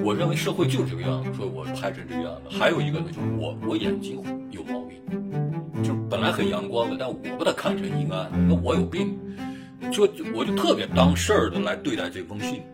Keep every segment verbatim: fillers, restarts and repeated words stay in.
我认为社会就是这个样子，所以我拍成这个样子。还有一个呢，就是我我眼睛有毛病，就是本来很阳光的，但我把它看成阴暗的，那我有病，就我就特别当事儿的来对待这封信。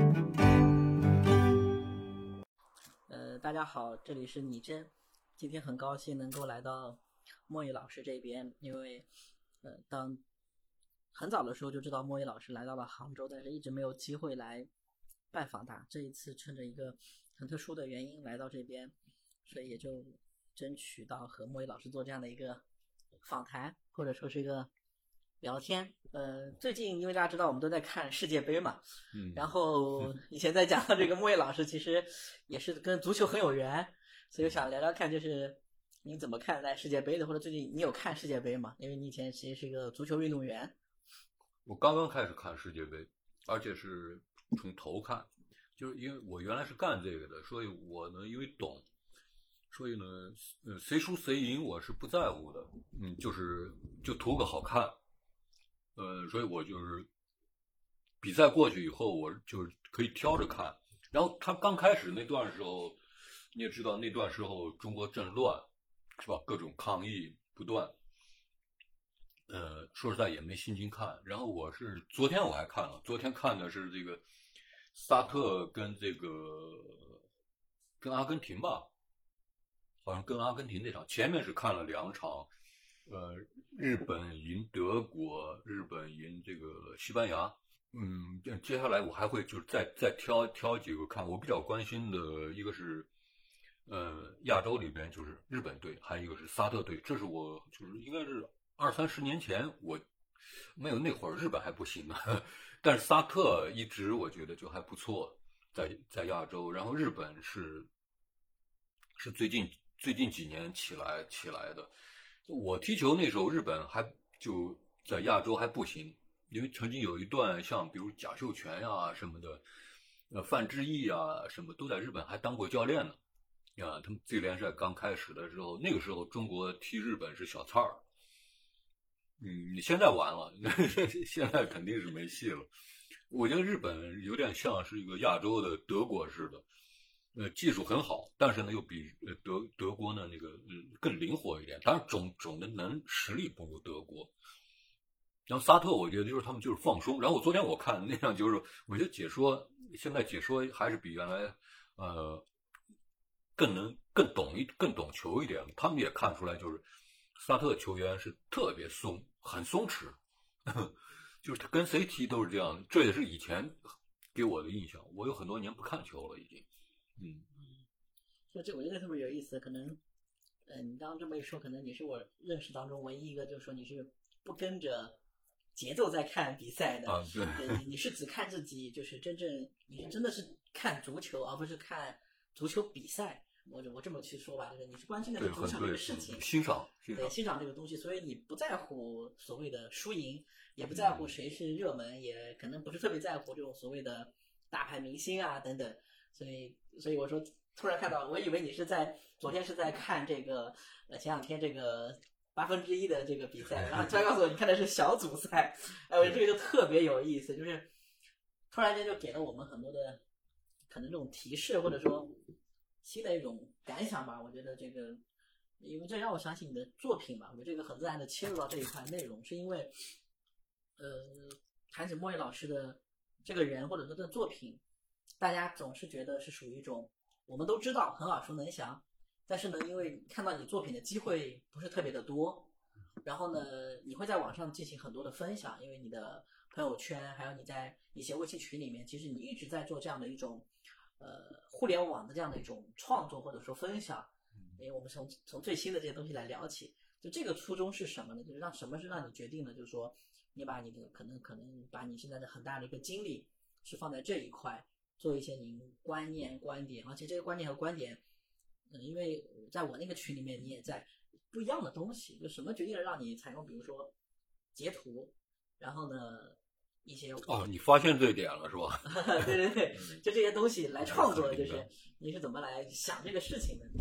呃，大家好，这里是倪真，今天很高兴能够来到莫语老师这边，因为呃，当很早的时候就知道莫语老师来到了杭州，但是一直没有机会来拜访他。这一次趁着一个很特殊的原因来到这边，所以也就争取到和莫语老师做这样的一个访谈，或者说是一个聊天。呃，最近因为大家知道我们都在看世界杯嘛，嗯，然后以前在讲到这个莫语老师其实也是跟足球很有缘，所以我想聊聊看，就是你怎么看待世界杯的，或者最近你有看世界杯吗？因为你以前其实是一个足球运动员。 我刚刚开始看世界杯，而且是从头看，就是因为我原来是干这个的，所以我呢因为懂，所以呢，呃，谁输谁赢我是不在乎的，嗯，就是就图个好看，呃，所以我就是比赛过去以后，我就可以挑着看。然后他刚开始那段时候，你也知道那段时候中国正乱，是吧？各种抗议不断。呃，说实在也没心情看。然后我是昨天我还看了，昨天看的是这个萨特跟这个跟阿根廷吧，好像跟阿根廷那场。前面是看了两场，呃，日本赢德国，日本赢这个西班牙。嗯，接下来我还会就是再再挑挑几个看。我比较关心的一个是，呃，亚洲里边就是日本队，还有一个是萨特队。这是我就是应该是。二三十年前我没有，那会儿日本还不行呢，但是萨特一直我觉得就还不错，在在亚洲。然后日本是是最近最近几年起来起来的。我踢球那时候日本还就在亚洲还不行，因为曾经有一段像比如贾秀全啊什么的，呃范志毅啊什么都在日本还当过教练呢。啊，他们这联赛刚开始的时候，那个时候中国踢日本是小菜儿。嗯，你现在完了，现在肯定是没戏了。我觉得日本有点像是一个亚洲的德国似的，呃，技术很好，但是呢又比呃德德国呢那个、嗯、更灵活一点。当然总总的能实力不如德国。然后萨特我觉得就是他们就是放松。然后我昨天我看那样就是，我觉得解说现在解说还是比原来呃更能更懂一更懂球一点。他们也看出来就是。萨特球员是特别松，很松弛，呵呵，就是他跟谁踢都是这样。这也是以前给我的印象。我有很多年不看球了，已经。嗯， 所以这我觉得特别有意思。可能，呃，你刚刚这么一说，可能你是我认识当中唯一一个，就是说你是不跟着节奏在看比赛的。 啊，对， 对，你是只看自己，就是真正你是真的是看足球，而不是看足球比赛。我我这么去说吧，就是你是关心的是足球这个事情， 欣赏，欣赏， 对，欣赏这个东西，所以你不在乎所谓的输赢，也不在乎谁是热门，嗯、也可能不是特别在乎这种所谓的大牌明星啊等等。所以，所以我说，突然看到，我以为你是在昨天是在看这个呃前两天这个八分之一的这个比赛，然后突然告诉我你看的是小组赛，哎，我觉得这个就特别有意思，就是突然间就给了我们很多的可能这种提示，或者说。新的一种感想吧，我觉得这个，因为这让我想起你的作品吧，我这个很自然的切入到这一块内容，是因为，呃，谈起莫语老师的这个人或者说的作品，大家总是觉得是属于一种我们都知道很耳熟能详，但是呢，因为看到你作品的机会不是特别的多，然后呢，你会在网上进行很多的分享，因为你的朋友圈还有你在一些微信群里面，其实你一直在做这样的一种。呃，互联网的这样的一种创作或者说分享，因为我们从从最新的这些东西来聊起，就这个初衷是什么呢？就是让什么是让你决定的？就是说，你把你的可能可能把你现在的很大的一个精力是放在这一块，做一些您观念观点，而且这个观念和观点，嗯、呃，因为在我那个群里面你也在不一样的东西，就什么决定了让你采用，比如说截图，然后呢？一些哦，你发现这一点了是吧？ 对对对，就这些东西来创作，就是你是怎么来想这个事情的？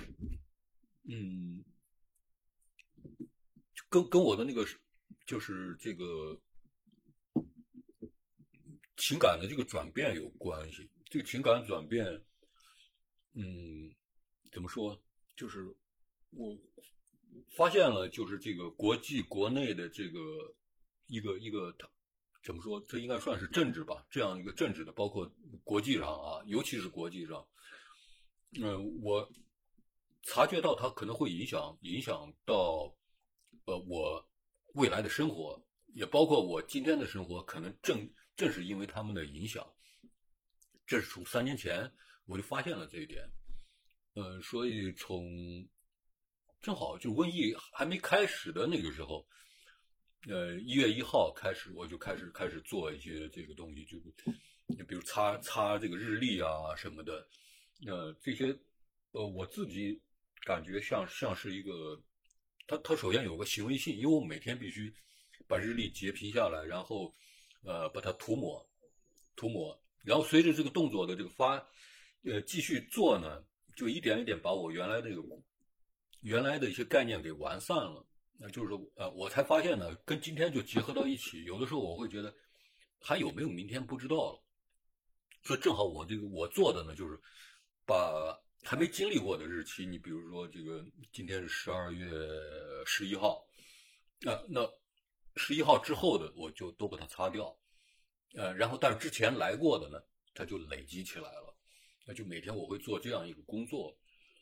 嗯，跟跟我的那个就是这个情感的这个转变有关系。这个情感转变， 嗯，怎么说？就是我发现了，就是这个国际国内的这个一个一个，怎么说？这应该算是政治吧，这样一个政治的，包括国际上啊，尤其是国际上，嗯、呃，我察觉到它可能会影响影响到呃我未来的生活，也包括我今天的生活，可能正正是因为他们的影响。这是从三年前我就发现了这一点，呃，所以从正好就瘟疫还没开始的那个时候，呃，一月一号开始，我就开始开始做一些这个东西，就比如擦擦这个日历啊什么的，呃，这些呃我自己感觉像像是一个，它它首先有个行为性，因为我每天必须把日历截屏下来，然后呃把它涂抹涂抹，然后随着这个动作的这个发呃继续做呢，就一点一点把我原来这个原来的一些概念给完善了。那就是说，呃，我才发现呢，跟今天就结合到一起。有的时候我会觉得，还有没有明天不知道了。所以正好我这个我做的呢，就是把还没经历过的日期，你比如说这个今天是十二月十一号，那那十一号之后的我就都把它擦掉，呃，然后但是之前来过的呢，它就累积起来了。那就每天我会做这样一个工作，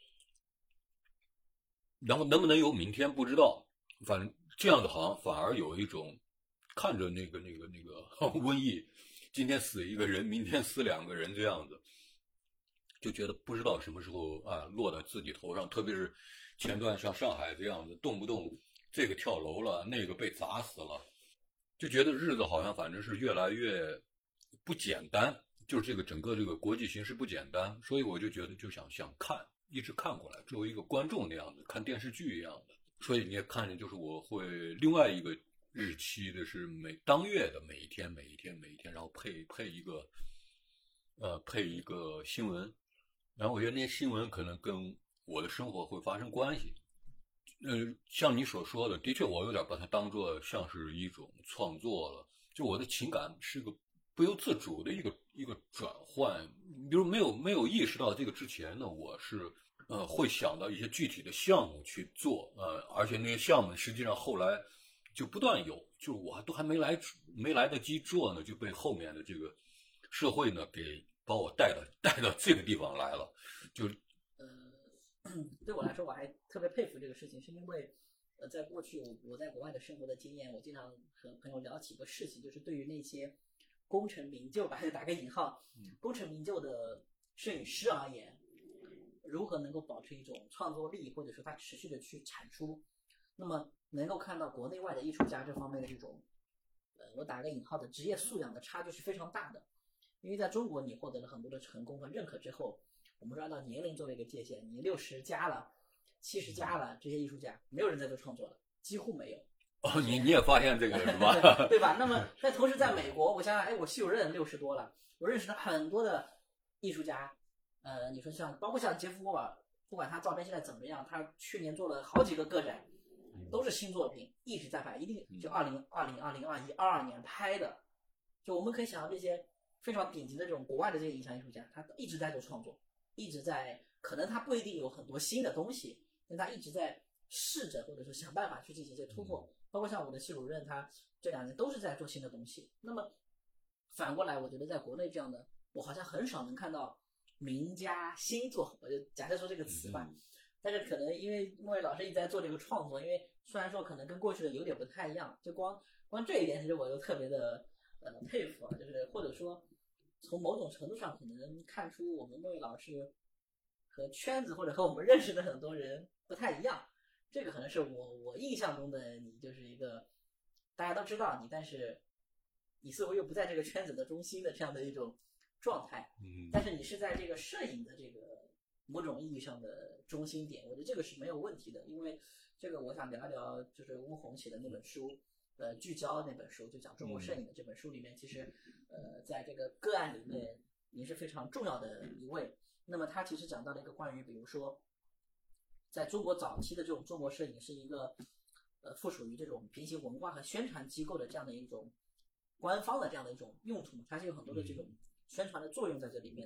然后能不能有明天不知道，反正这样的好像反而有一种看着那个那个那个瘟疫，今天死一个人，明天死两个人这样子，就觉得不知道什么时候啊落在自己头上。特别是前段像上海这样子，动不动这个跳楼了，那个被砸死了，就觉得日子好像反正是越来越不简单，就是这个整个这个国际形势不简单，所以我就觉得就想想看，一直看过来，作为一个观众那样子看电视剧一样的。所以你也看见，就是我会另外一个日期的是每当月的每一天每一天每一天，然后配配一个呃配一个新闻，然后我觉得那些新闻可能跟我的生活会发生关系。呃，像你所说的，的确我有点把它当做像是一种创作了，就我的情感是个不由自主的一个一个转换。比如没有没有意识到这个之前呢，我是呃会想到一些具体的项目去做，呃，而且那些项目实际上后来就不断有，就我都还没来没来得及做呢，就被后面的这个社会呢给把我带到带到这个地方来了，就对我来说，我还特别佩服这个事情，是因为，呃，在过去我我在国外的生活的经验，我经常和朋友聊起一个事情，就是对于那些功成名就吧，就打个引号，功成名就的摄影师而言，如何能够保持一种创作力，或者说他持续的去产出，那么能够看到国内外的艺术家这方面的这种，呃，我打个引号的职业素养的差距是非常大的，因为在中国你获得了很多的成功和认可之后。我们说按照年龄作为一个界限，你六十加了、七十加了，这些艺术家没有人在做创作了，几乎没有。 哦，你你也发现这个了是吧？ 对吧？那么，但同时在美国，我想想，哎，我系主任六十多了，我认识了很多的艺术家，呃，你说像包括像杰夫沃尔，不管他照片现在怎么样，他去年做了好几个个展，都是新作品，一直在拍，一定就二零二零、二零二一、二二年拍的。就我们可以想到这些非常顶级的这种国外的这些影像艺术家，他一直在做创作。一直在，可能他不一定有很多新的东西，但他一直在试着或者说想办法去进行一些突破。包括像我的系主任，他这两年都是在做新的东西。那么反过来，我觉得在国内这样的，我好像很少能看到名家新作，我就假设说这个词吧。但是可能因为莫伟老师一直在做这个创作，因为虽然说可能跟过去的有点不太一样，就光光这一点其实我就特别的呃佩服啊，就是或者说。从某种程度上，可能看出我们莫伟老师和圈子或者和我们认识的很多人不太一样。这个可能是我我印象中的你，就是一个大家都知道你，但是你似乎又不在这个圈子的中心的这样的一种状态。 嗯， 但是你是在这个摄影的这个某种意义上的中心点，我觉得这个是没有问题的。因为这个，我想聊一聊，就是巫红写的那本书。呃，聚焦那本书就讲中国摄影的这本书里面，其实，呃，在这个个案里面，您是非常重要的一位。那么他其实讲到了一个关于，比如说，在中国早期的这种中国摄影是一个，呃，附属于这种平行文化和宣传机构的这样的一种官方的这样的一种用途，它是有很多的这种宣传的作用在这里面的。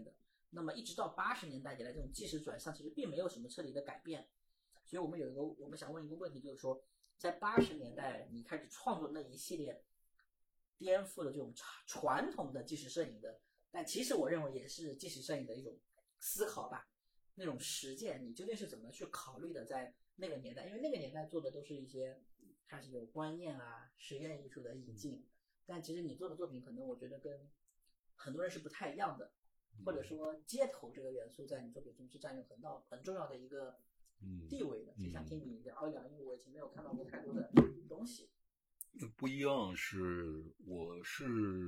那么一直到八十年代以来，这种纪实转向其实并没有什么彻底的改变。所以我们有一个我们想问一个问题，就是说，在八十年代你开始创作那一系列颠覆了这种传统的纪实摄影的，但其实我认为也是纪实摄影的一种思考吧，那种实践，你究竟是怎么去考虑的？在那个年代，因为那个年代做的都是一些开始有观念啊、实验艺术的引进，但其实你做的作品可能我觉得跟很多人是不太一样的，或者说街头这个元素在你作品中是占有很大很重要的一个地位的。就想听你聊一聊，因为我以前没有看到过太多的东西。 不一样是，我是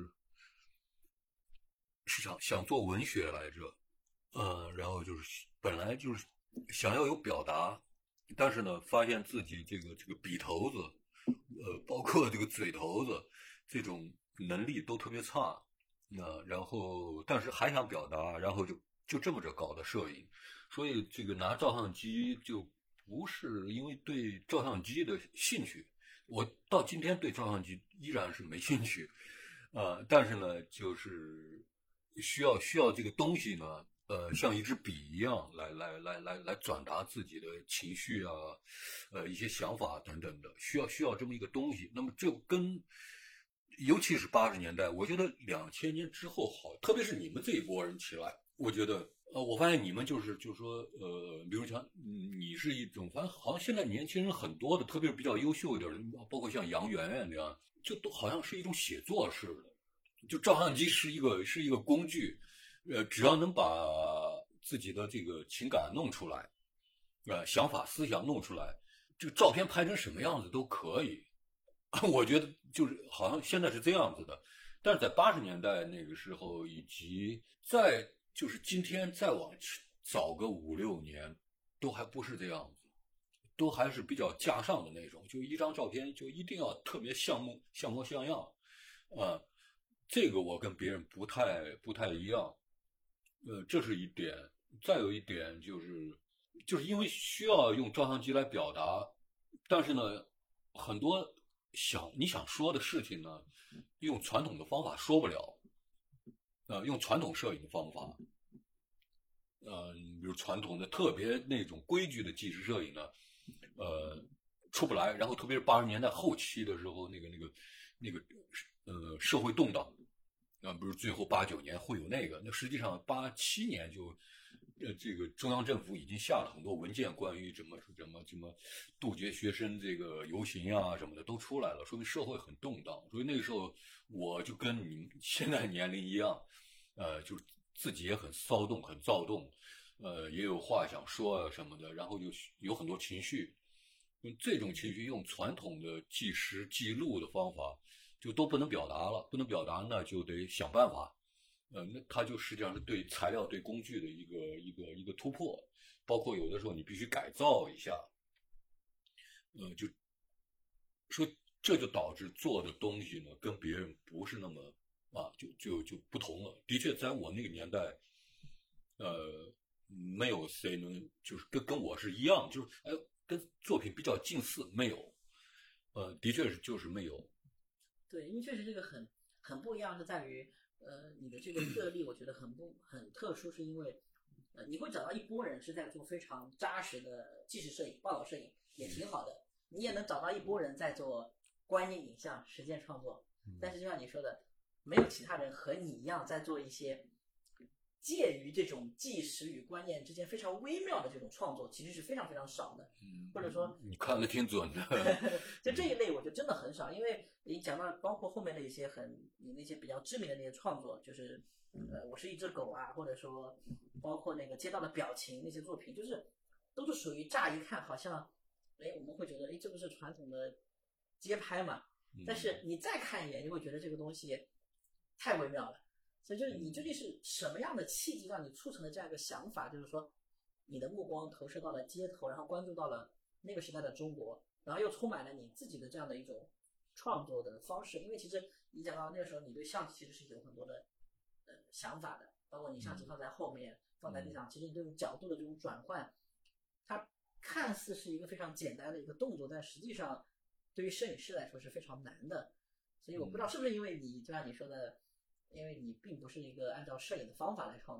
是想想做文学来着，呃，然后就是本来就是想要有表达，但是呢，发现自己这个这个笔头子，呃，包括这个嘴头子，这种能力都特别差，那、呃、然后但是还想表达，然后就就这么着搞的摄影，所以这个拿照相机就不是因为对照相机的兴趣，我到今天对照相机依然是没兴趣，呃，但是呢，就是需要需要这个东西呢。呃，像一支笔一样来来来来来转达自己的情绪啊，呃，一些想法等等的，需要需要这么一个东西。那么这跟，尤其是八十年代，我觉得两千年之后好，特别是你们这一波人起来，我觉得，呃，我发现你们就是就是说，呃，比如像你是一种，反正好像现在年轻人很多的，特别是比较优秀一点的，包括像杨媛媛这样，就都好像是一种写作式的，就照相机是一个是一个工具。呃，只要能把自己的这个情感弄出来，呃，想法思想弄出来，这个照片拍成什么样子都可以。我觉得就是好像现在是这样子的，但是在八十年代那个时候，以及在就是今天再往早个五六年，都还不是这样子，都还是比较架上的那种，就一张照片就一定要特别像模像模像样，呃，这个我跟别人不太不太一样。呃，这是一点，再有一点就是，就是因为需要用照相机来表达，但是呢，很多想你想说的事情呢，用传统的方法说不了，呃，用传统摄影的方法，呃，比如传统的特别那种规矩的纪实摄影呢，呃，出不来。然后特别是八十年代后期的时候，那个那个那个呃社会动荡。啊，比如最后八九年会有那个，那实际上八七年就，呃，这个中央政府已经下了很多文件，关于怎么怎么怎么杜绝学生这个游行啊什么的都出来了，说明社会很动荡。所以那个时候我就跟你现在年龄一样，呃，就是自己也很骚动、很躁动，呃，也有话想说啊什么的，然后就有很多情绪。用这种情绪，用传统的纪实记录的方法。就都不能表达了，不能表达那就得想办法，呃，那它就实际上是对材料、对工具的一个一个一个突破，包括有的时候你必须改造一下，呃，就说这就导致做的东西呢跟别人不是那么啊，就就就不同了。的确，在我那个年代，呃，没有谁能就是跟跟我是一样，就是哎，跟作品比较近似，没有，呃，的确是就是没有。 对，因为确实这个很很不一样，是在于，呃，你的这个个例，我觉得很不很特殊，是因为，呃，你会找到一波人是在做非常扎实的纪实摄影、报道摄影，也挺好的。你也能找到一波人在做观念影像、实践创作，但是就像你说的，没有其他人和你一样在做一些介于这种纪实与观念之间非常微妙的这种创作，其实是非常非常少的。或者说你看的挺准的就这一类我觉得真的很少，因为你讲到包括后面的一些很你那些比较知名的那些创作，就是呃我是一只狗啊，或者说包括那个街道的表情那些作品，就是都是属于乍一看好像哎我们会觉得哎这不是传统的街拍嘛，但是你再看一眼你会觉得这个东西太微妙了。所以就是你究竟是什么样的契机让你促成了这样一个想法，就是说你的目光投射到了街头，然后关注到了那个时代的中国，然后又充满了你自己的这样的一种创作的方式。因为其实你讲到那个时候，你对相机其实是有很多的呃想法的，包括你相机放在后面、嗯、放在地上，其实你这种角度的这种转换，它看似是一个非常简单的一个动作，但实际上对于摄影师来说是非常难的。所以我不知道是不是因为你就像你说的，因为你并不是一个按照摄影的方法来创作，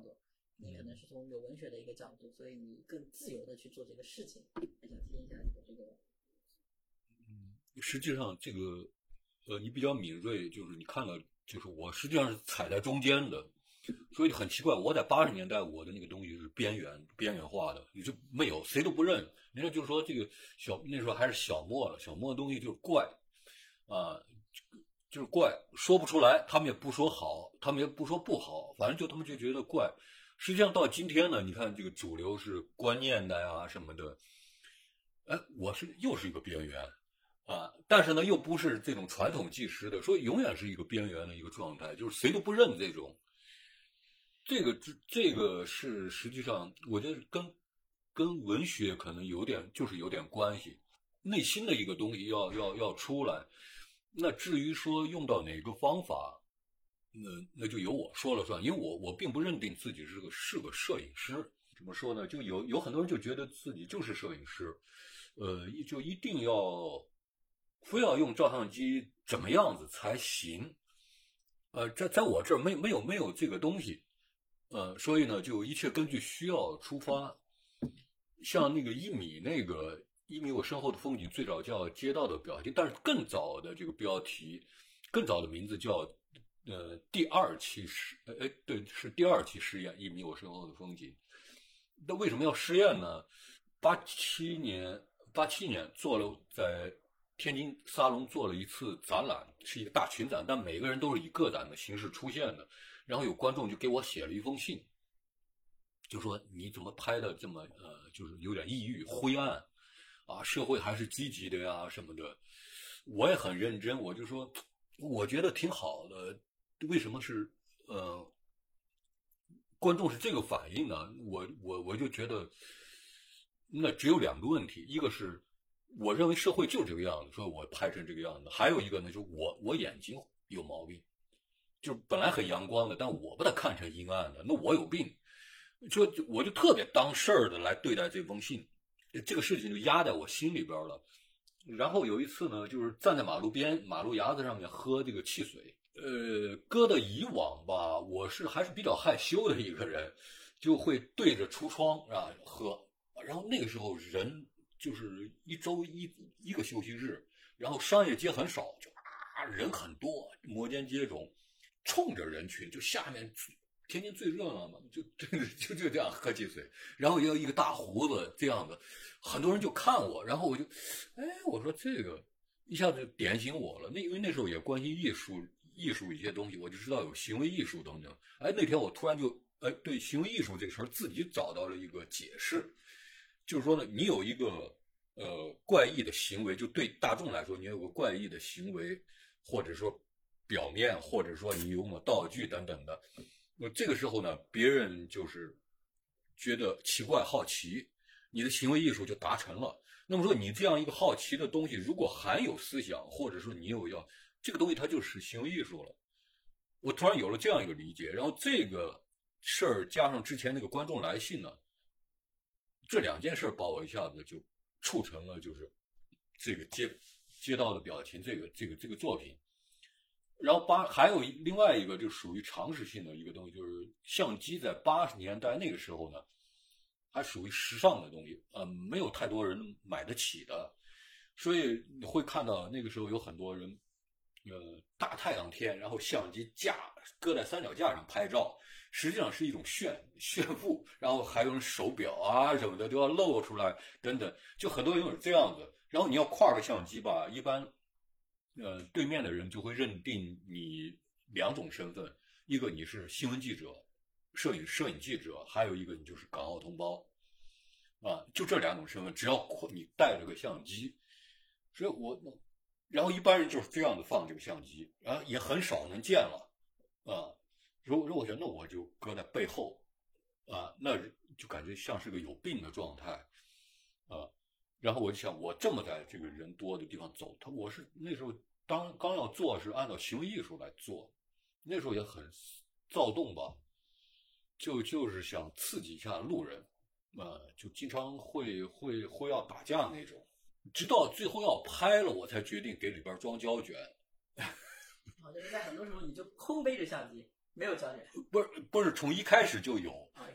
你可能是从有文学的一个角度，所以你更自由的去做这个事情。我想听一下你的这个。 嗯，实际上这个，呃，你比较敏锐，就是你看到，就是我实际上是踩在中间的，所以很奇怪。我在八十年代，我的那个东西是边缘边缘化的，你就没有谁都不认。人家就说这个小那时候还是小莫了，小莫的东西就是怪，啊、呃，就是怪，说不出来，他们也不说好，他们也不说不好，反正就他们就觉得怪。实际上到今天呢，你看这个主流是观念的呀什么的，哎，我是又是一个边缘啊，但是呢又不是这种传统纪实的，所以永远是一个边缘的一个状态，就是谁都不认这种。这个这个是实际上我觉得跟跟文学可能有点就是有点关系，内心的一个东西要要要出来。那至于说用到哪个方法，那那就由我说了算，因为我我并不认定自己是个是个摄影师。怎么说呢？就有有很多人就觉得自己就是摄影师，呃，就一定要非要用照相机怎么样子才行。呃，在在我这儿没没有没有这个东西，呃，所以呢，就一切根据需要出发。像那个一米那个一米我身后的风景，最早叫街道的表情，但是更早的这个标题，更早的名字叫呃第二期实，哎对，是第二期实验一米我身后的风景。那为什么要试验呢？八七年八七年做了在天津沙龙做了一次展览，是一个大群展，但每个人都是以个展的形式出现的。然后有观众就给我写了一封信，就说你怎么拍的这么呃，就是有点抑郁灰暗啊，社会还是积极的呀什么的。我也很认真，我就说我觉得挺好的，为什么是呃观众是这个反应呢？我我我就觉得那只有两个问题，一个是我认为社会就这个样子，所以我拍成这个样子；还有一个呢，就是我我眼睛有毛病，就是本来很阳光的，但我把它看成阴暗的，那我有病。就我就特别当事儿的来对待这封信，这个事情就压在我心里边了。然后有一次呢，就是站在马路边马路牙子上面喝这个汽水，呃，搁到以往吧，我是还是比较害羞的一个人，就会对着橱窗啊喝。然后那个时候人就是一周一一个休息日，然后商业街很少，就啊人很多，摩肩接踵，冲着人群就下面。天津最热闹嘛，就就就这样喝汽水，然后要一个大胡子这样的，很多人就看我，然后我就，哎，我说这个一下子点醒我了。那因为那时候也关心艺术，艺术一些东西，我就知道有行为艺术等等。哎，那天我突然就，哎，对行为艺术这个事儿自己找到了一个解释，就是说呢，你有一个呃怪异的行为，就对大众来说，你有个怪异的行为，或者说表面，或者说你用了道具等等的。那这个时候呢，别人就是觉得奇怪好奇，你的行为艺术就达成了。那么说你这样一个好奇的东西，如果含有思想，或者说你有要这个东西，它就是行为艺术了。我突然有了这样一个理解，然后这个事儿加上之前那个观众来信呢，这两件事把我一下子就促成了，就是这个街街道的表情这个这个这个作品。然后八还有另外一个就属于常识性的一个东西，就是相机在八十年代那个时候呢，还属于时尚的东西，呃，没有太多人买得起的，所以你会看到那个时候有很多人，呃，大太阳天，然后相机架搁在三脚架上拍照，实际上是一种炫炫富，然后还有手表啊什么的都要露出来等等，就很多人有这样子，然后你要挎个相机吧，一般。呃，对面的人就会认定你两种身份，一个你是新闻记者、摄影摄影记者，还有一个你就是港澳同胞，啊，就这两种身份，只要你带着个相机，所以我，然后一般人就是这样子放这个相机，然后也很少能见了，啊，如果如果觉得那我就搁在背后，啊，那就感觉像是个有病的状态，啊。然后我就想，我这么在这个人多的地方走，他我是那时候当刚要做是按照行为艺术来做，那时候也很躁动吧，就就是想刺激一下路人，呃，就经常会会会要打架那种，直到最后要拍了，我才决定给里边装胶卷。 啊，就是在很多时候你就空背着相机，没有胶卷。 不是不是从一开始就有，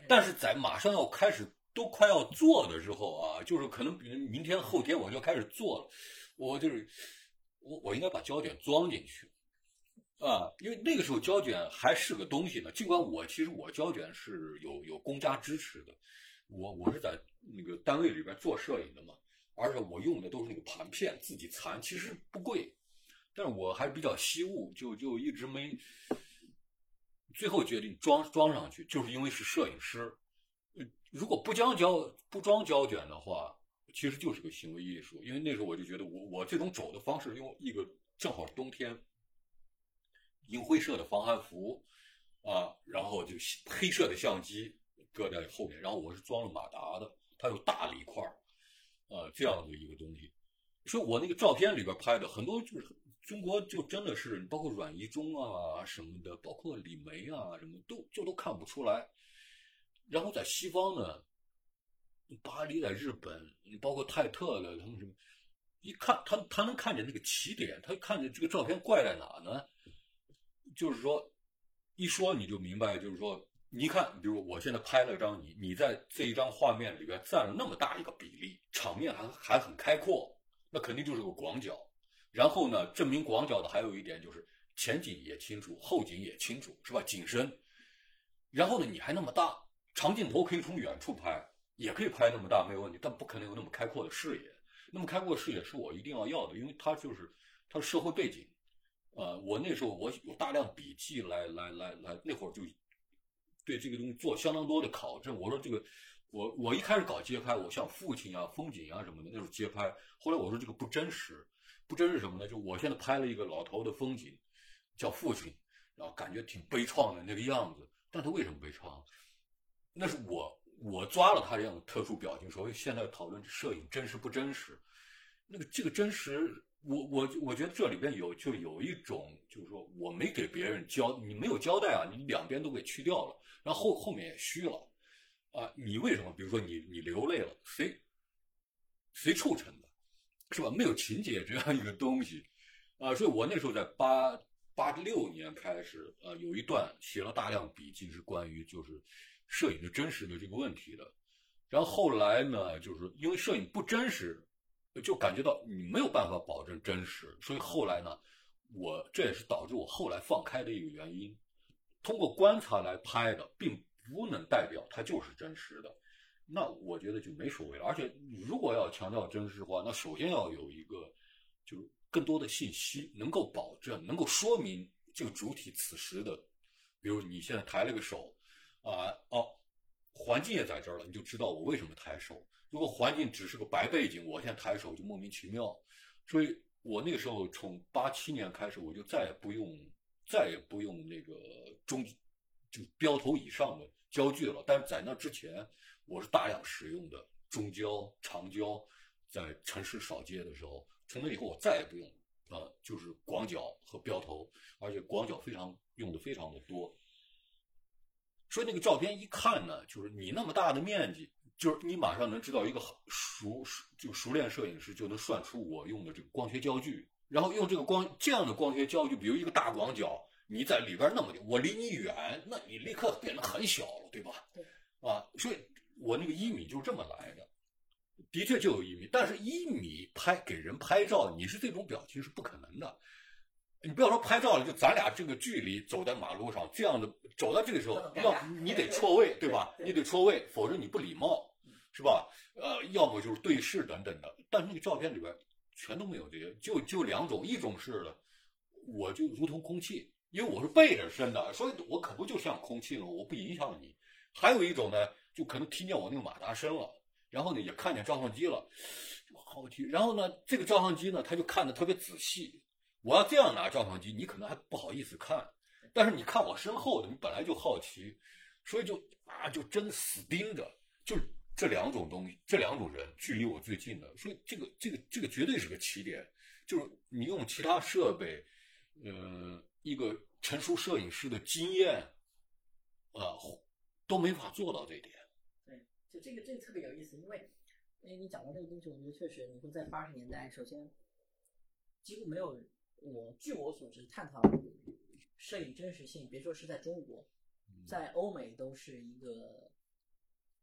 但是在马上要开始都快要做的时候啊，就是可能比如明天后天我就开始做了，我就是我我应该把胶卷装进去啊，因为那个时候胶卷还是个东西呢。尽管我其实我胶卷是有有公家支持的，我我是在那个单位里边做摄影的嘛，而且我用的都是那个盘片，自己残，其实不贵，但是我还比较惜物，就就一直没。最后决定装装上去，就是因为是摄影师。如果不将胶不装胶卷的话，其实就是个行为艺术。因为那时候我就觉得我，我我这种走的方式，用一个正好冬天，银灰色的防寒服啊，然后就黑色的相机搁在后面，然后我是装了马达的，它有大理块啊，这样的一个东西。所以我那个照片里边拍的很多就是。中国就真的是，包括阮宜中啊什么的，包括李梅啊什么，都就都看不出来。然后在西方呢，巴黎在日本，包括泰特的他们什么，一看他他能看见那个起点，他看见这个照片怪在哪呢？就是说，一说你就明白，就是说，你一看，比如我现在拍了张你，你在这一张画面里边占了那么大一个比例，场面还还很开阔，那肯定就是个广角。然后呢，证明广角的还有一点就是前景也清楚，后景也清楚，是吧？景深。然后呢，你还那么大，长镜头可以从远处拍，也可以拍那么大没有问题，但不可能有那么开阔的视野。那么开阔的视野是我一定要要的，因为它就是它是社会背景。呃，我那时候我有大量笔记来来来来，那会儿就对这个东西做相当多的考证。我说这个，我我一开始搞街拍，我像父亲啊、风景啊什么的，那时候街拍。后来我说这个不真实。不真是什么呢？就我现在拍了一个老头的风景，叫父亲，然后感觉挺悲怆的那个样子。但他为什么悲怆？那是我我抓了他这样的特殊表情。所以现在讨论摄影真实不真实，那个这个真实，我我我觉得这里边有就有一种，就是说我没给别人交，你没有交代啊，你两边都给去掉了，然后后后面也虚了啊。你为什么？比如说你你流泪了，谁谁促成的？是吧？没有情节这样一个东西，啊，所以我那时候在八八六年开始，呃，有一段写了大量笔记，是关于就是摄影的真实的这个问题的。然后后来呢，就是因为摄影不真实，就感觉到你没有办法保证真实，所以后来呢，我这也是导致我后来放开的一个原因。通过观察来拍的，并不能代表它就是真实的。那我觉得就没所谓了。而且如果要强调真实化，那首先要有一个就是更多的信息能够保证，能够说明这个主体此时的，比如你现在抬了个手啊，哦，环境也在这儿了，你就知道我为什么抬手。如果环境只是个白背景，我现在抬手就莫名其妙。所以我那个时候从八七年开始，我就再也不用再也不用那个中就标头以上的焦距了。但是在那之前，我是大量使用的中焦、长焦，在城市扫街的时候，从那以后我再也不用，呃，就是广角和标头，而且广角非常用的非常的多。所以那个照片一看呢，就是你那么大的面积，就是你马上能知道一个熟就熟练摄影师就能算出我用的这个光学焦距，然后用这个光这样的光学焦距，比如一个大广角，你在里边那么久，我离你远，那你立刻变得很小了，对吧？ 对。 啊，所以我那个一米就是这么来的，的确就有一米，但是一米拍给人拍照，你是这种表情是不可能的。你不要说拍照了，就咱俩这个距离走在马路上，这样的走到这个时候，要你得错位，对吧？你得错位，否则你不礼貌，是吧？呃，要么就是对视等等的。但是那个照片里边全都没有这些，就就两种，一种是呢，我就如同空气，因为我是背着身的，所以我可不就像空气了，我不影响你。还有一种呢，就可能听见我那个马达声了，然后呢也看见照相机了，好奇。然后呢，这个照相机呢，他就看得特别仔细。我要这样拿照相机，你可能还不好意思看，但是你看我身后的，你本来就好奇，所以就啊就真死盯着，就是这两种东西，这两种人距离我最近的，所以这个这个这个绝对是个起点，就是你用其他设备，呃，一个成熟摄影师的经验，啊、呃，都没法做到这一点。 对，就这个这个特别有意思，因为因为你讲到这个东西，我觉得确实，你说在八十年代，首先几乎没有。我据我所知，探讨摄影真实性，别说是在中国，在欧美都是一个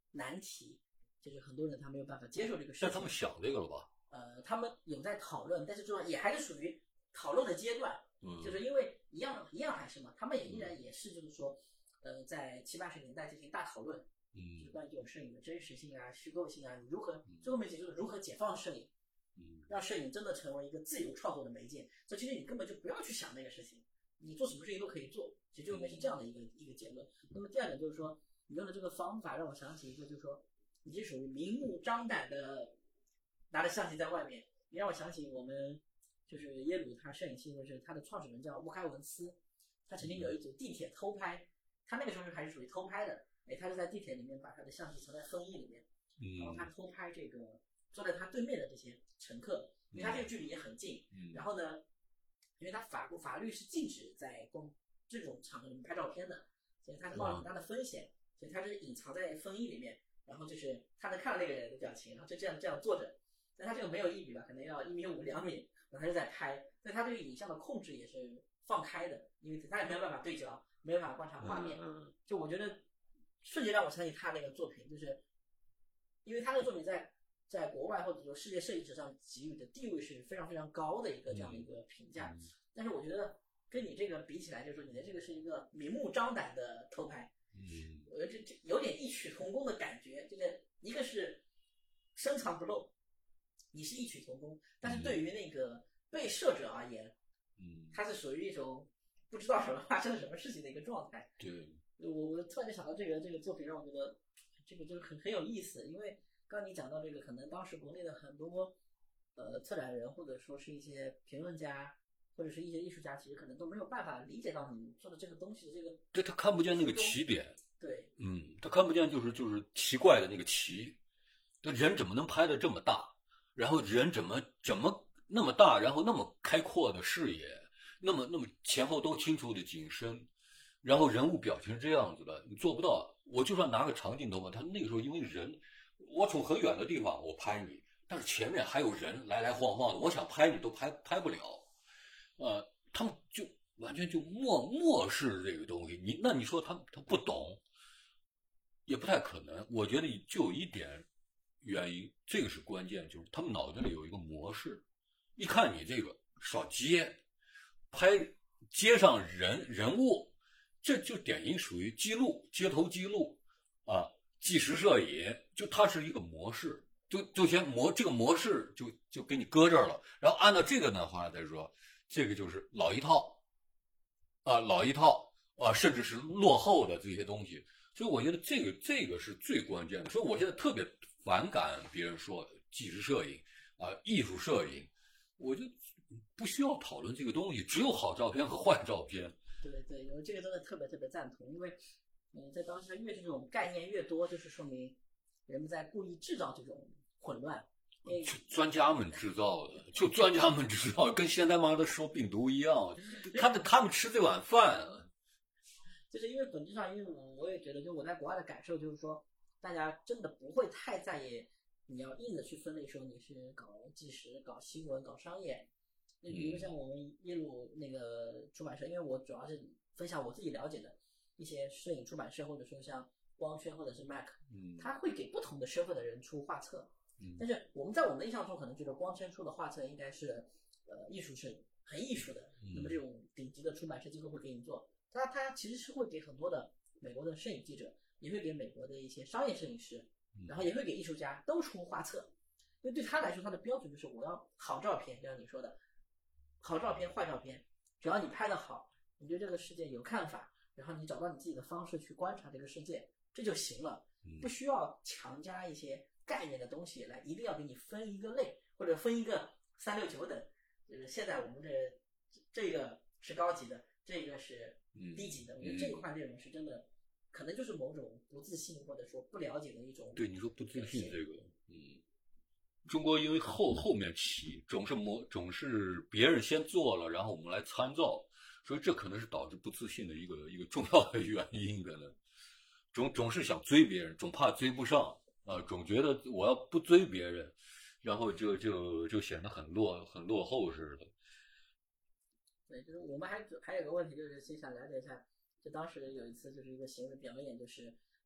难题，就是很多人他没有办法接受这个事情。 但他们想这个了吧？ 呃，他们有在讨论，但是这也还是属于讨论的阶段。 嗯， 就是因为一样一样还是嘛，他们也依然也是就是说，呃，在七八十年代进行大讨论， 嗯， 就关于这种摄影的真实性啊、虚构性啊，你如何最后面其实就是如何解放摄影， 嗯， 让摄影真的成为一个自由创作的媒介。这其实你根本就不要去想那个事情，你做什么事情都可以做。其实最后面是这样的一个一个结论。那么第二点就是说，你用的这个方法让我想起一个，就是说你是属于明目张胆的拿着相机在外面，你让我想起我们。就是耶鲁他摄影系，就是他的创始人叫乌开文斯，他曾经有一组地铁偷拍，他那个时候还是属于偷拍的，哎，他是在地铁里面把他的相机藏在风衣里面，然后他偷拍这个坐在他对面的这些乘客，因为他这个距离也很近，然后呢，因为他法国法律是禁止在公这种场合里面拍照片的，所以他是冒着很大的风险，所以他是隐藏在风衣里面，然后就是他能看到那个人的表情，然后就这样这样坐着，但他这个没有一米吧，可能要一米五两米。他就在拍，但他对影像的控制也是放开的，因为他也没有办法对焦，没有办法观察画面。 嗯， 就我觉得瞬间让我想起他那个作品，就是因为他那个作品在在国外或者说世界摄影史上给予的地位是非常非常高的一个这样的一个评价。嗯、但是我觉得跟你这个比起来，就是说你的这个是一个明目张胆的偷拍， 嗯， 我觉得这这有点异曲同工的感觉，就是一个是深藏不露。你是异曲同工，但是对于那个被摄者而言，嗯，他是属于一种不知道什么发生了什么事情的一个状态。 对， 我我突然就想到这个这个作品，让我觉得这个就是很很有意思，因为刚你讲到这个，可能当时国内的很多呃策展人或者说是一些评论家或者是一些艺术家，其实可能都没有办法理解到你做的这个东西的这个， 对他看不见那个起点， 对， 嗯，他看不见就是就是奇怪的那个奇，这人怎么能拍得这么大？然后人怎么怎么那么大，然后那么开阔的视野，那么那么前后都清楚的景深，然后人物表情是这样子的，你做不到。我就算拿个长镜头吧，他那个时候因为人，我从很远的地方我拍你，但是前面还有人来来晃晃的，我想拍你都拍拍不了，呃，他们就完全就漠漠视这个东西。你那你说他他不懂，也不太可能。我觉得就有一点。原因，这个是关键，就是他们脑子里有一个模式，一看你这个少接，拍街上人人物，这就典型属于记录街头记录啊，纪实摄影，就它是一个模式，就就先模这个模式就就给你搁这儿了，然后按照这个的话再说，这个就是老一套啊，老一套啊，甚至是落后的这些东西，所以我觉得这个这个是最关键的，所以我现在特别。反感别人说纪实摄影啊、呃，艺术摄影，我就不需要讨论这个东西，只有好照片和坏照片。 对对，我这个真的特别特别赞同，因为嗯，在当下越这种概念越多，就是说明人们在故意制造这种混乱。 就专家们制造的，就专家们制造，跟现在妈的说病毒一样，他们他们吃这碗饭。 就是因为本质上，因为我我也觉得，就我在国外的感受就是说。大家真的不会太在意，你要硬的去分类说你是搞纪实、搞新闻、搞商业。那比如像我们耶鲁那个出版社，因为我主要是分享我自己了解的一些摄影出版社，或者说像光圈或者是 Mac， 嗯， 他会给不同的身份的人出画册。 嗯， 但是我们在我们的印象中，可能觉得光圈出的画册应该是呃艺术是很艺术的，那么这种顶级的出版社机构会给你做，他他其实是会给很多的美国的摄影记者。也会给美国的一些商业摄影师，然后也会给艺术家都出画册，因为对他来说，他的标准就是我要好照片，就像你说的，好照片、坏照片，只要你拍得好，你对这个世界有看法，然后你找到你自己的方式去观察这个世界，这就行了，不需要强加一些概念的东西来，一定要给你分一个类或者分一个三六九等，就是现在我们这这个是高级的，这个是低级的，我觉得这一块内容是真的。可能就是某种不自信或者说不了解的一种。 对，你说不自信这个，嗯，中国因为后后面起总是模总是别人先做了，然后我们来参照，所以这可能是导致不自信的一个一个重要的原因可能。总总是想追别人，总怕追不上啊、呃，总觉得我要不追别人，然后就就就显得很落很落后似的。 对，就是我们还还有个问题，就是其实想了解一下。就当时有一次就是一个行为表演，就是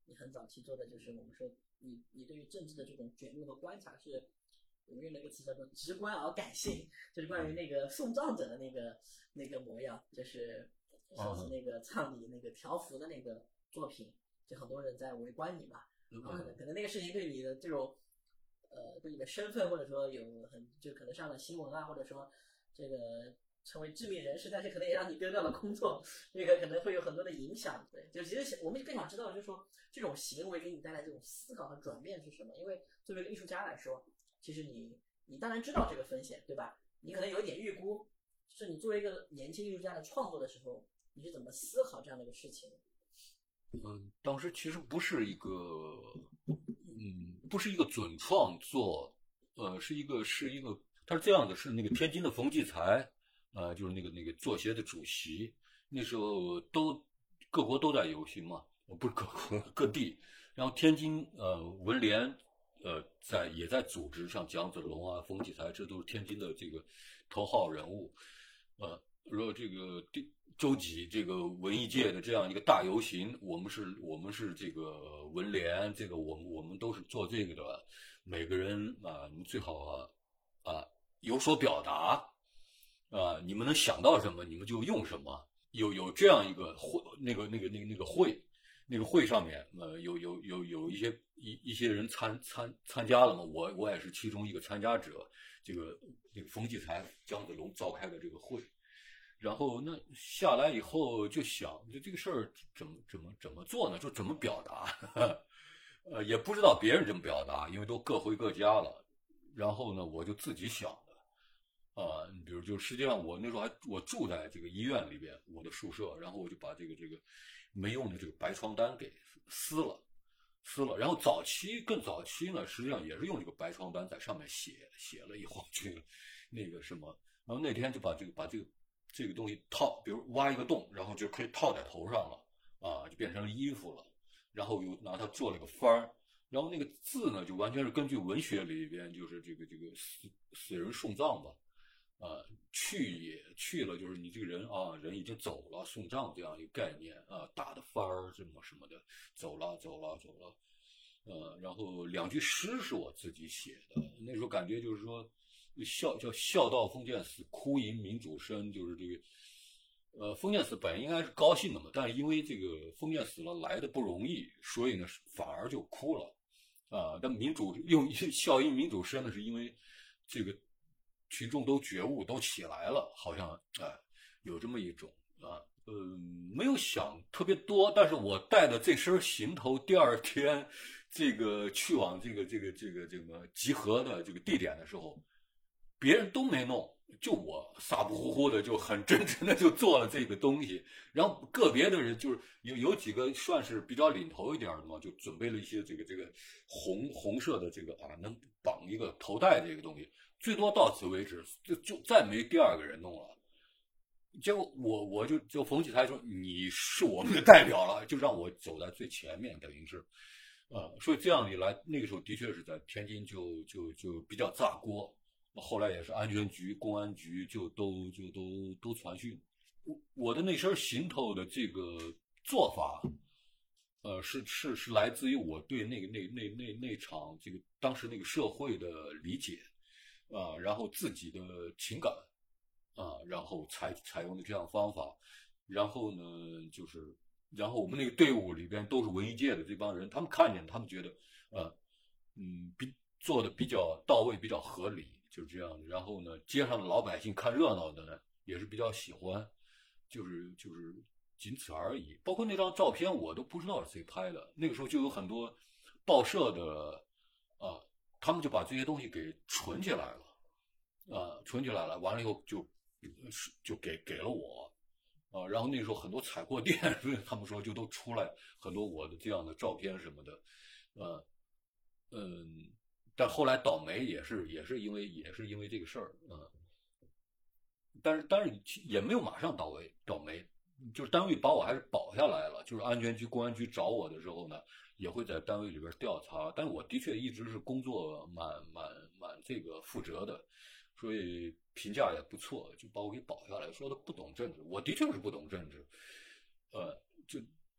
你很早期做的就是我们说你你对于政治的这种卷入和观察是，我们用了一个词叫做直观而感性，就是关于那个送葬者的那个那个模样，就是上次那个葬礼那个条幅的那个作品，就很多人在围观你嘛，啊，可能那个事情对你的这种呃对你的身份或者说有很就可能上了新闻啊，或者说这个成为知名人士，但是可能也让你丢掉了工作，这个可能会有很多的影响。对，就其实我们更想知道，就是说这种行为给你带来这种思考和转变是什么？因为作为一个艺术家来说，其实你你当然知道这个风险，对吧？你可能有一点预估，就是你作为一个年轻艺术家的创作的时候，你是怎么思考这样的一个事情？ 嗯，当时其实不是一个，嗯，不是一个准创作，呃，是一个是一个，他是这样的，是那个天津的冯骥才，呃，就是那个那个作协的主席，那时候都各国都在游行嘛，不是各国各地，然后天津呃文联呃在也在组织，像蒋子龙啊、冯骥才，这都是天津的这个头号人物，呃，如果这个周几这个文艺界的这样一个大游行，我们是我们是这个文联，这个我们我们都是做这个的，每个人啊，你最好啊啊有所表达啊，你们能想到什么，你们就用什么。有有这样一个会，那个那个那个那个会，那个会上面，呃，有有有有一些一一些人参参参加了嘛，我我也是其中一个参加者。这个这个冯骥才、姜子龙召开的这个会。然后那下来以后就想，就这个事儿怎么怎么怎么做呢？就怎么表达？呃，也不知道别人怎么表达，因为都各回各家了。然后呢，我就自己想的，啊、呃，比如就实际上我那时候还我住在这个医院里边，我的宿舍，然后我就把这个这个没用的这个白床单给撕了，撕了。然后早期更早期呢，实际上也是用这个白床单在上面写写了以后，这个那个什么，然后那天就把这个把这个。这个东西套，比如挖一个洞，然后就可以套在头上了，啊，就变成了衣服了。然后又拿它做了个幡儿，然后那个字呢，就完全是根据文学里边就是这个这个死死人送葬吧，啊，去也去了，就是你这个人啊，人已经走了，送葬这样一个概念啊，打的幡儿什么什么的，走了走了走了，呃，然后两句诗是我自己写的，那时候感觉就是说。孝叫孝道封建死，哭吟民主声，就是这个，呃，封建死本来应该是高兴的嘛，但是因为这个封建死了来的不容易，所以呢反而就哭了，啊、呃，但民主用孝吟民主声呢，是因为这个群众都觉悟都起来了，好像哎、呃、有这么一种啊，嗯、呃，没有想特别多，但是我带的这身行头，第二天这个去往这个这个这个这个集合的这个地点的时候。别人都没弄，就我傻不乎乎的就很真诚的就做了这个东西。然后个别的人就是有有几个算是比较领头一点的嘛，就准备了一些这个这个红红色的这个啊能绑一个头带这个东西，最多到此为止，就就再没第二个人弄了。结果我我就就冯骥才说你是我们的代表了，就让我走在最前面，等于是。呃，所以这样一来，那个时候的确是在天津就就就比较炸锅。后来也是安全局、公安局就都就都都传讯，我我的那身行头的这个做法，呃，是是是来自于我对那个那那那那场这个当时那个社会的理解，啊、呃，然后自己的情感，啊、呃，然后采采用的这样方法，然后呢就是，然后我们那个队伍里边都是文艺界的这帮人，他们看见他们觉得，呃，嗯，比做的比较到位，比较合理。就这样的，然后呢，街上的老百姓看热闹的呢，也是比较喜欢，就是就是仅此而已。包括那张照片，我都不知道是谁拍的。那个时候就有很多报社的啊、呃，他们就把这些东西给存起来了，啊、呃，存起来了。完了以后就就给给了我，啊、呃，然后那时候很多采货店，他们说就都出来很多我的这样的照片什么的，呃，嗯。但后来倒霉也是也是因为也是因为这个事儿，嗯，但是但是也没有马上倒霉倒霉，就是单位把我还是保下来了，就是安全局、公安局找我的时候呢，也会在单位里边调查，但是我的确一直是工作蛮蛮蛮这个负责的，所以评价也不错，就把我给保下来，说他不懂政治，我的确是不懂政治，呃，就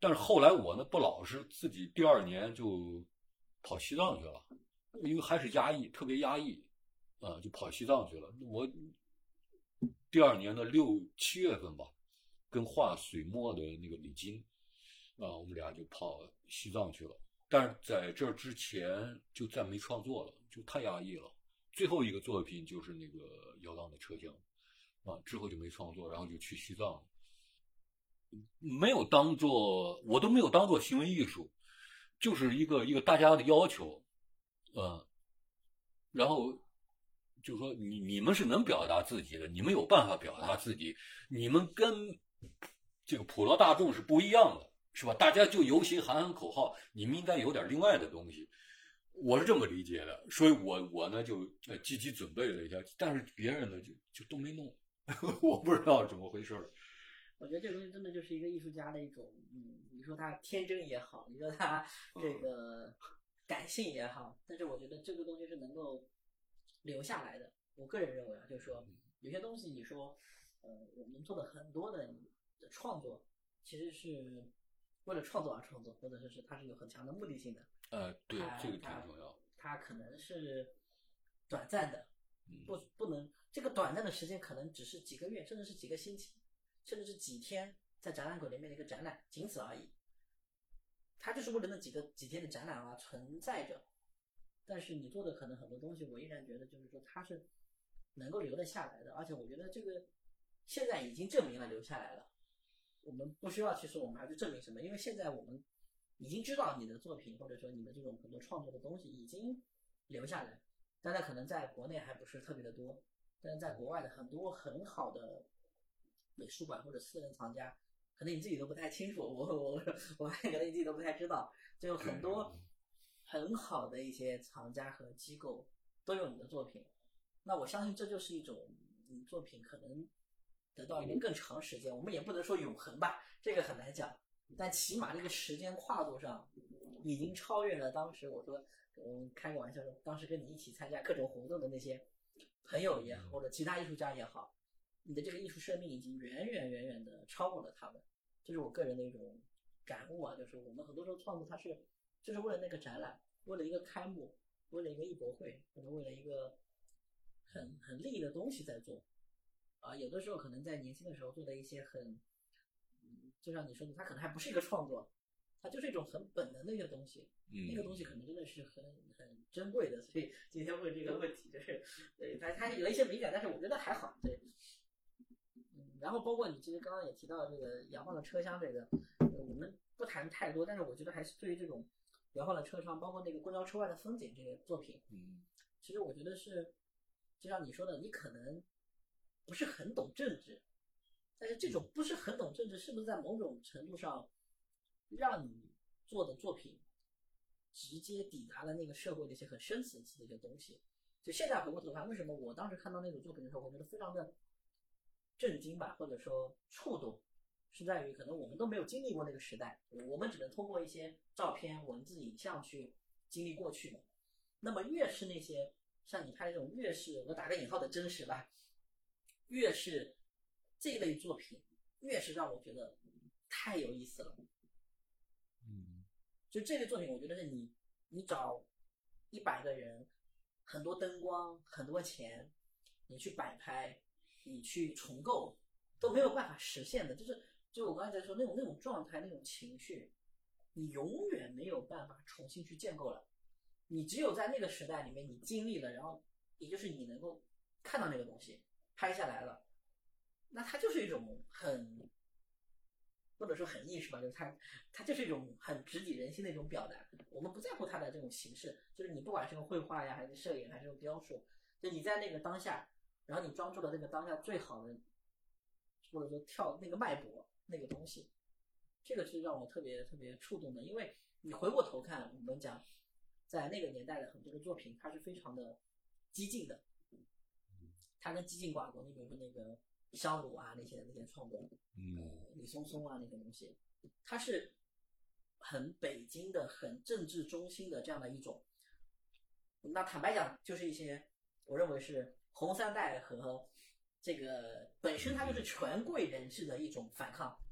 但是后来我呢不老实，自己第二年就跑西藏去了，因为还是压抑，特别压抑，啊、就跑西藏去了。我第二年的六七月份吧，跟画水墨的那个李金，啊、我们俩就跑西藏去了。但是在这之前就再没创作了，就太压抑了。最后一个作品就是那个摇荡的车厢，啊，之后就没创作，然后就去西藏了。没有当做，我都没有当做行为艺术，就是一个一个大家的要求，嗯，然后就说你你们是能表达自己的，你们有办法表达自己，你们跟这个普罗大众是不一样的，是吧？大家就游行喊喊口号，你们应该有点另外的东西，我是这么理解的，所以我我呢就呃积极准备了一下，但是别人呢就就都没弄，我不知道怎么回事了。 我觉得这个东西真的就是一个艺术家的一种，嗯，你说他天真也好，你说他这个感性也好，但是我觉得这个东西是能够留下来的。我个人认为啊，就是说有些东西你说，呃，我们做的很多的的创作，其实是为了创作而创作，或者说是它是有很强的目的性的。 呃，对，这个挺重要。 它可能是短暂的，不不能这个短暂的时间可能只是几个月，甚至是几个星期。甚至是几天在展览馆里面的一个展览，仅此而已。它就是为了那几个几天的展览而存在着。但是你做的可能很多东西，我依然觉得就是说它是能够留得下来的，而且我觉得这个现在已经证明了留下来了。我们不需要去说我们还去证明什么，因为现在我们已经知道你的作品或者说你的这种很多创作的东西已经留下来。当然可能在国内还不是特别的多，但是在国外的很多很好的美术馆或者私人藏家，可能你自己都不太清楚，我我我可能你自己都不太知道，就有很多很好的一些藏家和机构都有你的作品。那我相信这就是一种你作品可能得到一个更长时间，我们也不能说永恒吧，这个很难讲，但起码这个时间跨度上已经超越了当时我说嗯开个玩笑说，当时跟你一起参加各种活动的那些朋友也好，或者其他艺术家也好。你的这个艺术生命已经远远远远的超过了他们，这是我个人的一种感悟啊，就是我们很多时候创作它是就是为了那个展览，为了一个开幕，为了一个艺博会，或者为了一个很很利益的东西在做啊。有的时候可能在年轻的时候做的一些很，嗯，就像你说的，它可能还不是一个创作，它就是一种很本能的一个东西， 嗯、 那个东西可能真的是很很珍贵的，所以今天问这个问题，就是对它它有一些敏感，但是我觉得还好，对。然后包括你其实刚刚也提到这个摇晃的车厢，这个、呃、我们不谈太多，但是我觉得还是对于这种摇晃的车厢，包括那个公交车外的风景这个作品， 嗯， 其实我觉得是就像你说的，你可能不是很懂政治，但是这种不是很懂政治，是不是在某种程度上让你做的作品直接抵达了那个社会的一些很深层次的一些东西？就现在回过头看，为什么我当时看到那种作品的时候，我觉得非常的震惊吧，或者说触动，是在于可能我们都没有经历过那个时代，我们只能通过一些照片、文字、影像去经历过去的。那么越是那些像你拍的这种越是我打个引号的真实吧，越是这类作品，越是让我觉得太有意思了。 嗯， 就这类作品，我觉得是你你找一百个人，很多灯光，很多钱，你去摆拍。你去重构都没有办法实现的，就是就我刚才在说那种那种状态那种情绪，你永远没有办法重新去建构了。你只有在那个时代里面你经历了，然后也就是你能够看到那个东西拍下来了，那它就是一种很或者说很艺术吧，就是它它就是一种很直抵人心的一种表达。我们不在乎它的这种形式，就是你不管是用绘画呀还是摄影还是用雕塑，就你在那个当下，然后你装出了那个当下最好的，或者说跳那个脉搏那个东西，这个是让我特别特别触动的。因为你回过头看，我们讲在那个年代的很多的作品，它是非常的激进的，它跟激进挂钩。你比如说那个香炉啊那些那些创作， 嗯， 呃，李松松啊那些东西，它是很北京的、很政治中心的这样的一种。那坦白讲，就是一些我认为是红三代和这个本身它就是权贵人士的一种反抗，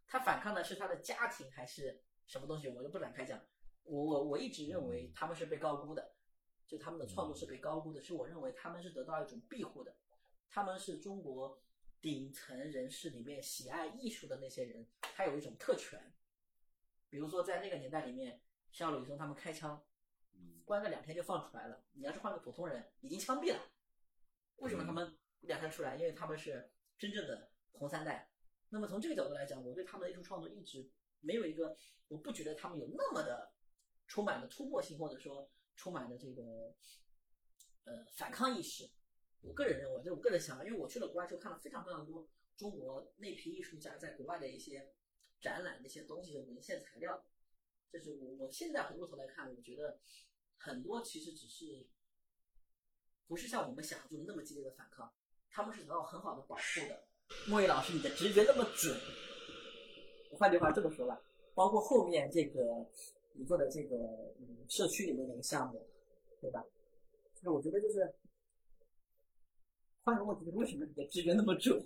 他反抗的是他的家庭还是什么东西，我就不展开讲。我我我一直认为他们是被高估的，就他们的创作是被高估的，是我认为他们是得到一种庇护的，他们是中国顶层人士里面喜爱艺术的那些人，他有一种特权。比如说在那个年代里面，像吕松他们开枪，关个两天就放出来了，你要是换个普通人，已经枪毙了。为什么他们两天出来？因为他们是真正的红三代。那么从这个角度来讲，我对他们的艺术创作一直没有一个，我不觉得他们有那么的充满了突破性，或者说充满了这个呃反抗意识。我个人认为，这是我个人想法，因为我去了国外就看了非常非常多中国那批艺术家在国外的一些展览的一些东西的文献材料。这是我我现在回过头来看，我觉得很多其实只是不是像我们想象中的那么激烈的反抗，他们是得到很好的保护的。莫言老师，你的直觉那么准，我换句话这么说吧，包括后面这个你做的这个嗯社区里面的一个项目，对吧？那我觉得就是换个问题，为什么你的直觉那么准，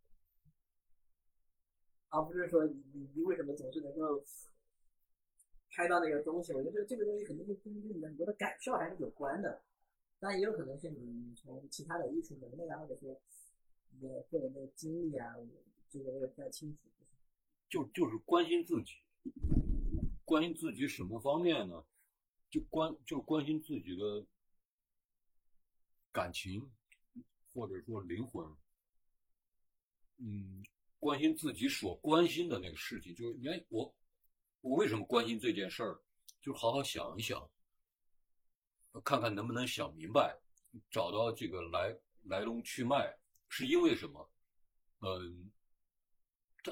而不是说你你你为什么总是能够拍到那个东西？我觉得这个东西可能跟跟你的很多的感受还是有关的，当然也有可能是你从其他的艺术能力啊，或者说你的个人的经历啊，这个我也不太清楚。 就就是关心自己，关心自己什么方面呢？就关就关心自己的感情，或者说灵魂，嗯，关心自己所关心的那个事情。就是你看我，我为什么关心这件事儿？就是好好想一想，看看能不能想明白，找到这个来来龙去脉，是因为什么？嗯，他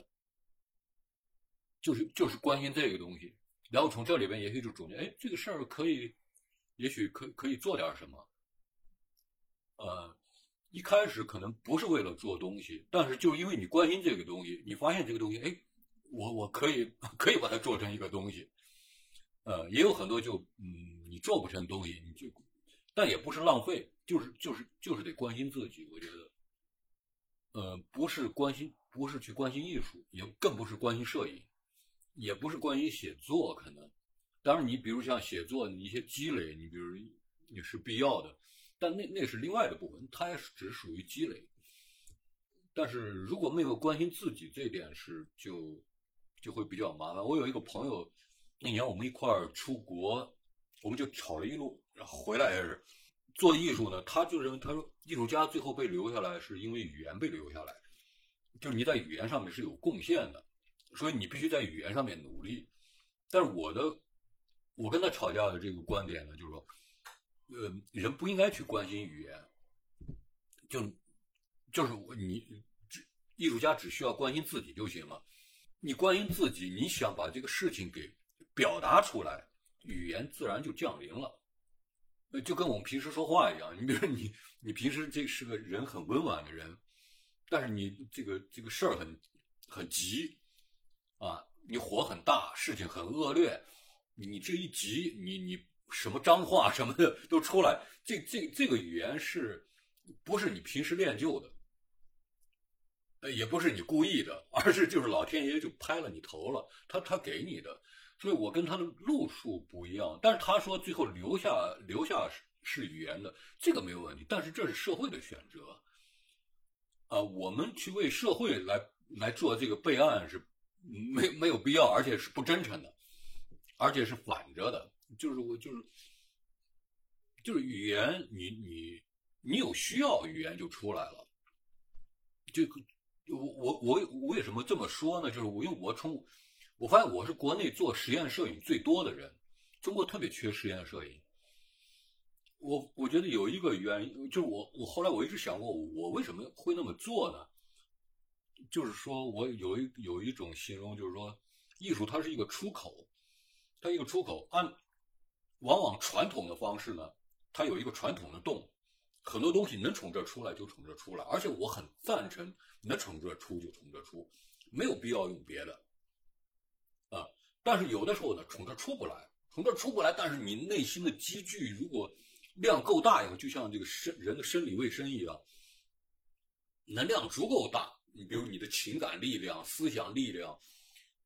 就是就是关心这个东西，然后从这里边也许就总结，哎，这个事儿可以，也许可可以做点什么。呃，一开始可能不是为了做东西，但是就因为你关心这个东西，你发现这个东西，哎，我我可以可以把它做成一个东西。呃，也有很多就嗯，你做不成东西，你就，但也不是浪费，就是就是就是得关心自己。我觉得，呃，不是关心，不是去关心艺术，也更不是关心摄影，也不是关心写作。可能，当然你比如像写作，你一些积累，你比如你是必要的。但那那是另外的部分，它也只属于积累。但是如果没有关心自己，这点是就就会比较麻烦。我有一个朋友，那年我们一块儿出国，我们就吵了一路，然后回来也是做艺术呢。他就认为，他说艺术家最后被留下来是因为语言被留下来，就是你在语言上面是有贡献的，所以你必须在语言上面努力。但是我的，我跟他吵架的这个观点呢，就是说。呃，人不应该去关心语言，就就是你艺术家只需要关心自己就行了。你关心自己，你想把这个事情给表达出来，语言自然就降临了。呃，就跟我们平时说话一样，你比如说你你平时这是个人很温婉的人，但是你这个这个事儿很很急啊，你火很大，事情很恶劣，你这一急，你你。什么脏话什么的都出来，这这这个语言是不是你平时练就的？呃，也不是你故意的，而是就是老天爷就拍了你头了，他他给你的。所以我跟他的路数不一样，但是他说最后留下留下是语言的，这个没有问题。但是这是社会的选择啊、呃，我们去为社会来来做这个备案是没没有必要，而且是不真诚的，而且是反着的。就是我就是就是语言，你你你有需要，语言就出来了。这个我我我我为什么这么说呢？就是我因为我从我发现我是国内做实验摄影最多的人，中国特别缺实验摄影。我我觉得有一个原因，就是我我后来我一直想过，我为什么会那么做呢？就是说我有一有一种形容，就是说艺术它是一个出口，它一个出口按。往往传统的方式呢，它有一个传统的洞，很多东西能从这出来就从这出来，而且我很赞成能从这出就从这出，没有必要用别的啊。但是有的时候呢，从这出不来，从这出不来，但是你内心的积聚如果量够大以后，就像这个生人的生理卫生一样，能量足够大，你比如你的情感力量、思想力量，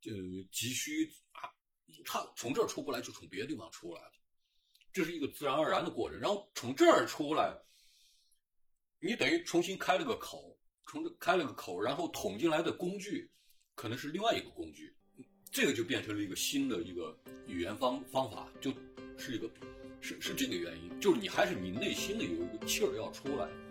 呃急需啊，它从这儿出不来就从别的地方出来了，这是一个自然而然的过程。然后从这儿出来，你等于重新开了个口，从这开了个口，然后捅进来的工具可能是另外一个工具，这个就变成了一个新的一个语言方方法，就是一个是是这个原因，就是你还是你内心的有一个气儿要出来。